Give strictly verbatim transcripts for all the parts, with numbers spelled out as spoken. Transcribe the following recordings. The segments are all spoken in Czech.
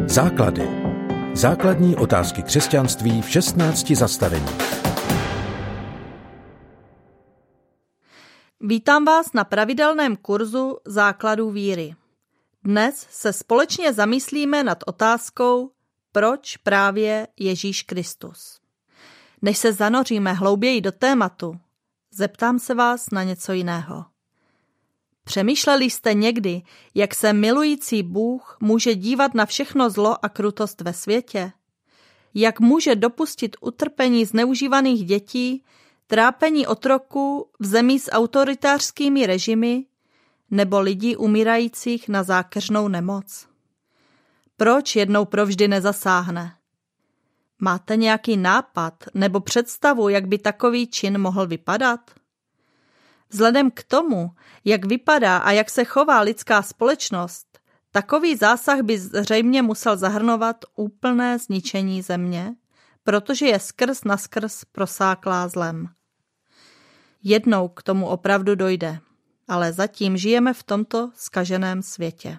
Základy. Základní otázky křesťanství v šestnácti zastaveních. Vítám vás na pravidelném kurzu Základů víry. Dnes se společně zamyslíme nad otázkou, proč právě Ježíš Kristus. Než se zanoříme hlouběji do tématu, zeptám se vás na něco jiného. Přemýšleli jste někdy, jak se milující Bůh může dívat na všechno zlo a krutost ve světě? Jak může dopustit utrpení zneužívaných dětí, trápení otroků v zemi s autoritářskými režimy nebo lidí umírajících na zákeřnou nemoc? Proč jednou provždy nezasáhne? Máte nějaký nápad nebo představu, jak by takový čin mohl vypadat? Vzhledem k tomu, jak vypadá a jak se chová lidská společnost, takový zásah by zřejmě musel zahrnovat úplné zničení země, protože je skrz naskrz prosáklá zlem. Jednou k tomu opravdu dojde, ale zatím žijeme v tomto zkaženém světě.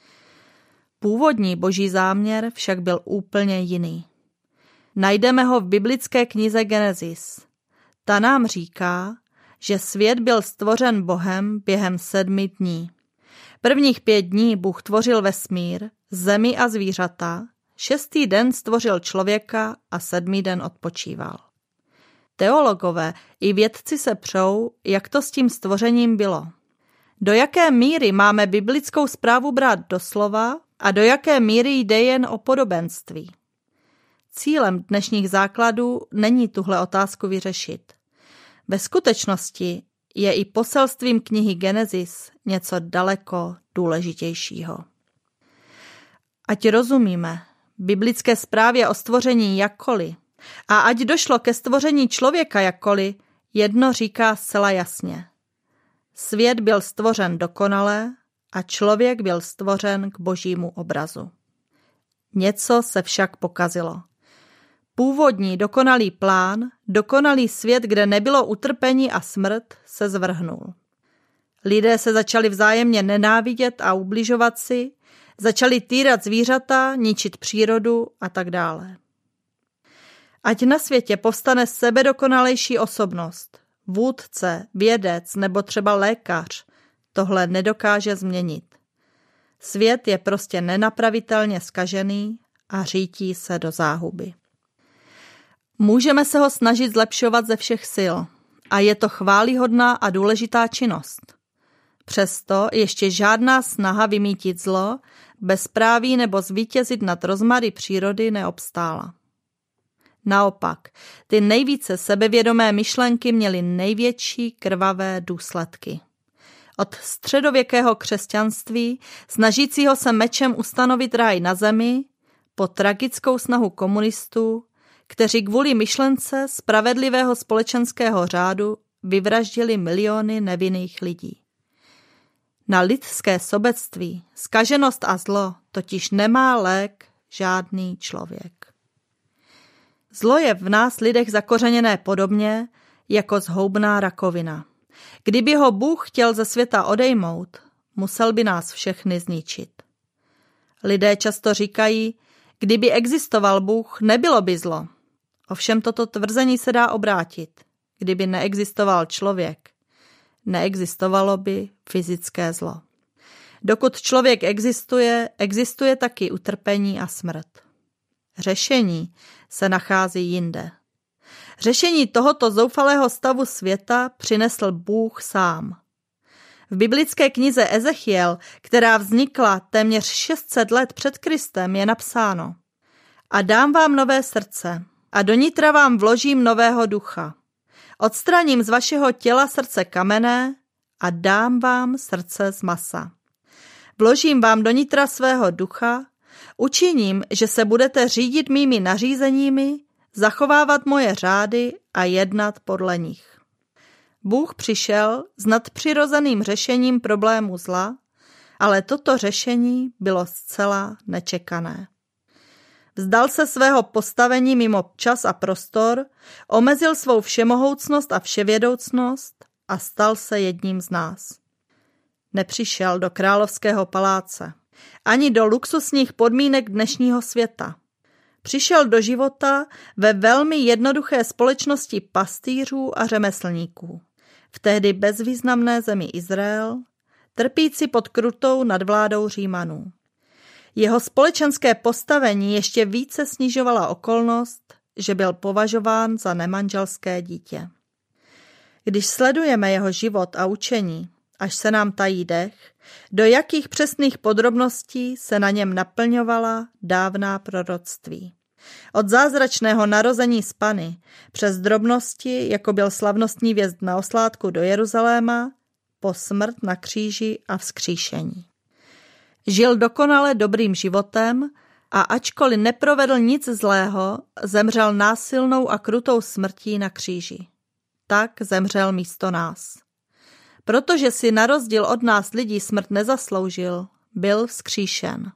Původní boží záměr však byl úplně jiný. Najdeme ho v biblické knize Genesis. Ta nám říká, že svět byl stvořen Bohem během sedmi dní. Prvních pět dní Bůh tvořil vesmír, zemi a zvířata, šestý den stvořil člověka a sedmý den odpočíval. Teologové i vědci se přou, jak to s tím stvořením bylo. Do jaké míry máme biblickou zprávu brát doslova a do jaké míry jde jen o podobenství. Cílem dnešních základů není tuhle otázku vyřešit. Ve skutečnosti je i poselstvím knihy Genesis něco daleko důležitějšího. Ať rozumíme biblické zprávě o stvoření jakkoliv a ať došlo ke stvoření člověka jakkoliv, jedno říká zcela jasně. Svět byl stvořen dokonale a člověk byl stvořen k božímu obrazu. Něco se však pokazilo. Původní dokonalý plán, dokonalý svět, kde nebylo utrpení a smrt, se zvrhnul. Lidé se začali vzájemně nenávidět a ubližovat si, začali týrat zvířata, ničit přírodu a tak dále. Ať na světě povstane sebedokonalejší osobnost, vůdce, vědec nebo třeba lékař, tohle nedokáže změnit. Svět je prostě nenapravitelně zkažený a řítí se do záhuby. Můžeme se ho snažit zlepšovat ze všech sil a je to chvályhodná a důležitá činnost. Přesto ještě žádná snaha vymítit zlo, bezpráví nebo zvítězit nad rozmary přírody neobstála. Naopak, ty nejvíce sebevědomé myšlenky měly největší krvavé důsledky. Od středověkého křesťanství, snažícího se mečem ustanovit ráj na zemi, po tragickou snahu komunistů, kteří kvůli myšlence spravedlivého společenského řádu vyvraždili miliony nevinných lidí. Na lidské sobectví, zkaženost a zlo totiž nemá lék žádný člověk. Zlo je v nás lidech zakořeněné podobně jako zhoubná rakovina. Kdyby ho Bůh chtěl ze světa odejmout, musel by nás všechny zničit. Lidé často říkají, kdyby existoval Bůh, nebylo by zlo. Ovšem toto tvrzení se dá obrátit. Kdyby neexistoval člověk, neexistovalo by fyzické zlo. Dokud člověk existuje, existuje taky utrpení a smrt. Řešení se nachází jinde. Řešení tohoto zoufalého stavu světa přinesl Bůh sám. V biblické knize Ezechiel, která vznikla téměř šest set let před Kristem, je napsáno: A dám vám nové srdce, a do nitra vám vložím nového ducha. Odstraním z vašeho těla srdce kamenné a dám vám srdce z masa. Vložím vám do nitra svého ducha, učiním, že se budete řídit mými nařízeními, zachovávat moje řády a jednat podle nich. Bůh přišel s nadpřirozeným řešením problému zla, ale toto řešení bylo zcela nečekané. Vzdal se svého postavení mimo čas a prostor, omezil svou všemohoucnost a vševědoucnost a stal se jedním z nás. Nepřišel do královského paláce. ani do luxusních podmínek dnešního světa. Přišel do života ve velmi jednoduché společnosti pastýřů a řemeslníků. V tehdy bezvýznamné zemi Izrael, trpící pod krutou nadvládou Římanů. Jeho společenské postavení ještě více snižovala okolnost, že byl považován za nemanželské dítě. Když sledujeme jeho život a učení, až se nám tají dech, do jakých přesných podrobností se na něm naplňovala dávná proroctví. Od zázračného narození z Panny přes drobnosti, jako byl slavnostní vjezd na oslátku do Jeruzaléma, po smrt na kříži a vzkříšení. Žil dokonale dobrým životem a ačkoliv neprovedl nic zlého, zemřel násilnou a krutou smrtí na kříži. Tak zemřel místo nás. Protože si na rozdíl od nás lidí smrt nezasloužil, byl vzkříšen.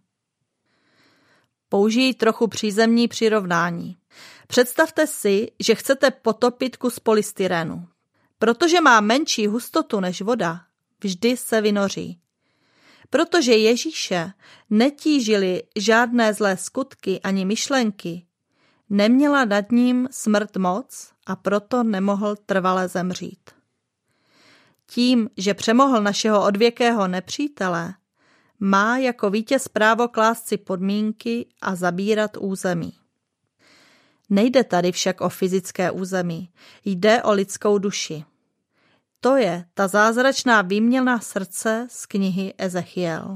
Použij trochu přízemní přirovnání. Představte si, že chcete potopit kus polystyrenu. Protože má menší hustotu než voda, vždy se vynoří. Protože Ježíše netížily žádné zlé skutky ani myšlenky, neměla nad ním smrt moc a proto nemohl trvale zemřít. Tím, že přemohl našeho odvěkého nepřítele, má jako vítěz právo klást si podmínky a zabírat území. Nejde tady však o fyzické území, jde o lidskou duši. To je ta zázračná výměna srdce z knihy Ezechiel.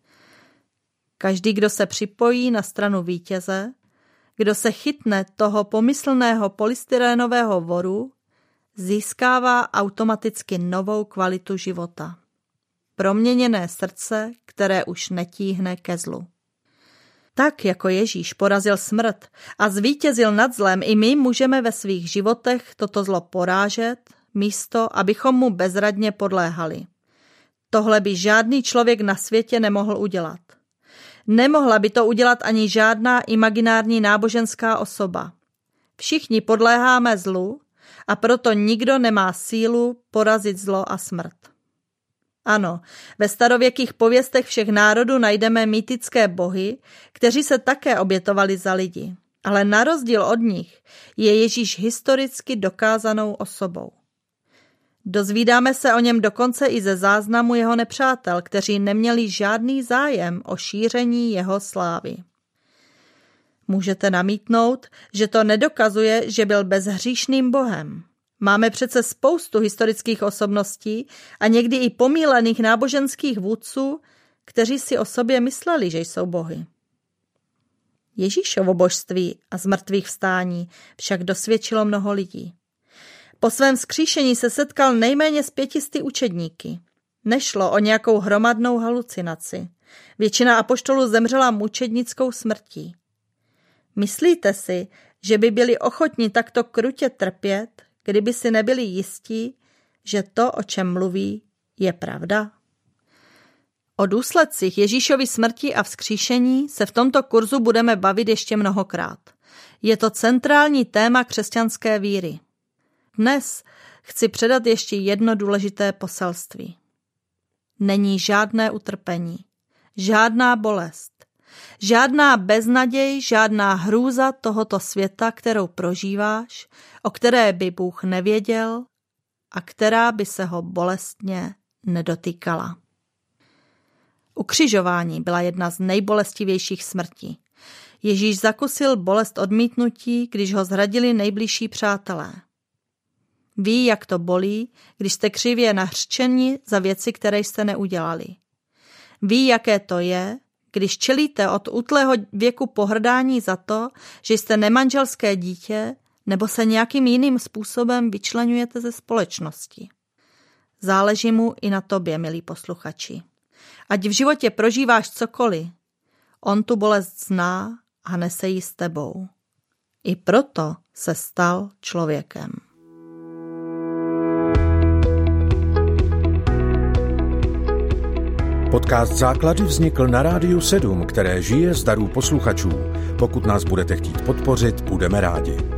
Každý, kdo se připojí na stranu vítěze, kdo se chytne toho pomyslného polystyrénového voru, získává automaticky novou kvalitu života. Proměněné srdce, které už netíhne ke zlu. Tak jako Ježíš porazil smrt a zvítězil nad zlem, i my můžeme ve svých životech toto zlo porážet, místo abychom mu bezradně podléhali. Tohle by žádný člověk na světě nemohl udělat. Nemohla by to udělat ani žádná imaginární náboženská osoba. Všichni podléháme zlu a proto nikdo nemá sílu porazit zlo a smrt. Ano, ve starověkých pověstech všech národů najdeme mýtické bohy, kteří se také obětovali za lidi. Ale na rozdíl od nich je Ježíš historicky dokázanou osobou. Dozvídáme se o něm dokonce i ze záznamu jeho nepřátel, kteří neměli žádný zájem o šíření jeho slávy. Můžete namítnout, že to nedokazuje, že byl bezhříšným bohem. Máme přece spoustu historických osobností a někdy i pomílených náboženských vůdců, kteří si o sobě mysleli, že jsou bohy. Ježíšovo božství a zmrtvých vstání však dosvědčilo mnoho lidí. Po svém vzkříšení se setkal nejméně s pětisty učedníky. Nešlo o nějakou hromadnou halucinaci. Většina apoštolů zemřela mučednickou smrtí. Myslíte si, že by byli ochotni takto krutě trpět, kdyby si nebyli jistí, že to, o čem mluví, je pravda? O důsledcích Ježíšovy smrti a vzkříšení se v tomto kurzu budeme bavit ještě mnohokrát. Je to centrální téma křesťanské víry. Dnes chci předat ještě jedno důležité poselství. Není žádné utrpení, žádná bolest, žádná beznaděj, žádná hrůza tohoto světa, kterou prožíváš, o které by Bůh nevěděl a která by se ho bolestně nedotýkala. Ukřižování byla jedna z nejbolestivějších smrtí. Ježíš zakusil bolest odmítnutí, když ho zradili nejbližší přátelé. Ví, jak to bolí, když jste křivě nahřčeni za věci, které jste neudělali. Ví, jaké to je, když čelíte od útlého věku pohrdání za to, že jste nemanželské dítě nebo se nějakým jiným způsobem vyčleňujete ze společnosti. Záleží mu i na tobě, milí posluchači. Ať v životě prožíváš cokoliv, on tu bolest zná a nese ji s tebou. I proto se stal člověkem. Podcast Základy vznikl na Rádiu sedm, které žije z darů posluchačů. Pokud nás budete chtít podpořit, budeme rádi.